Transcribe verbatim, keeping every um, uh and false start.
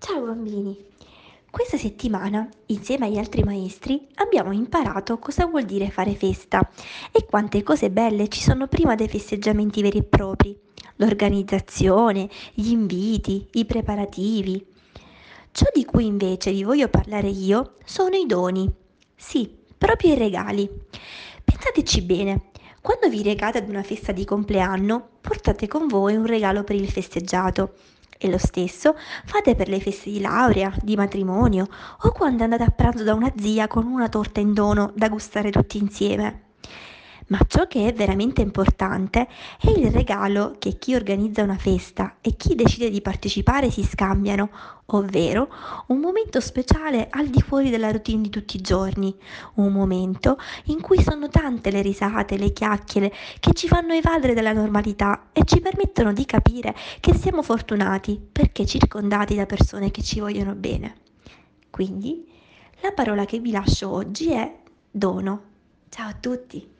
Ciao bambini! Questa settimana, insieme agli altri maestri, abbiamo imparato cosa vuol dire fare festa e quante cose belle ci sono prima dei festeggiamenti veri e propri. L'organizzazione, gli inviti, i preparativi. Ciò di cui invece vi voglio parlare io sono i doni. Sì, proprio i regali. Pensateci bene, quando vi recate ad una festa di compleanno, portate con voi un regalo per il festeggiato. E lo stesso fate per le feste di laurea, di matrimonio o quando andate a pranzo da una zia con una torta in dono da gustare tutti insieme. Ma ciò che è veramente importante è il regalo che chi organizza una festa e chi decide di partecipare si scambiano, ovvero un momento speciale al di fuori della routine di tutti i giorni, un momento in cui sono tante le risate, le chiacchiere che ci fanno evadere dalla normalità e ci permettono di capire che siamo fortunati perché circondati da persone che ci vogliono bene. Quindi, la parola che vi lascio oggi è dono. Ciao a tutti!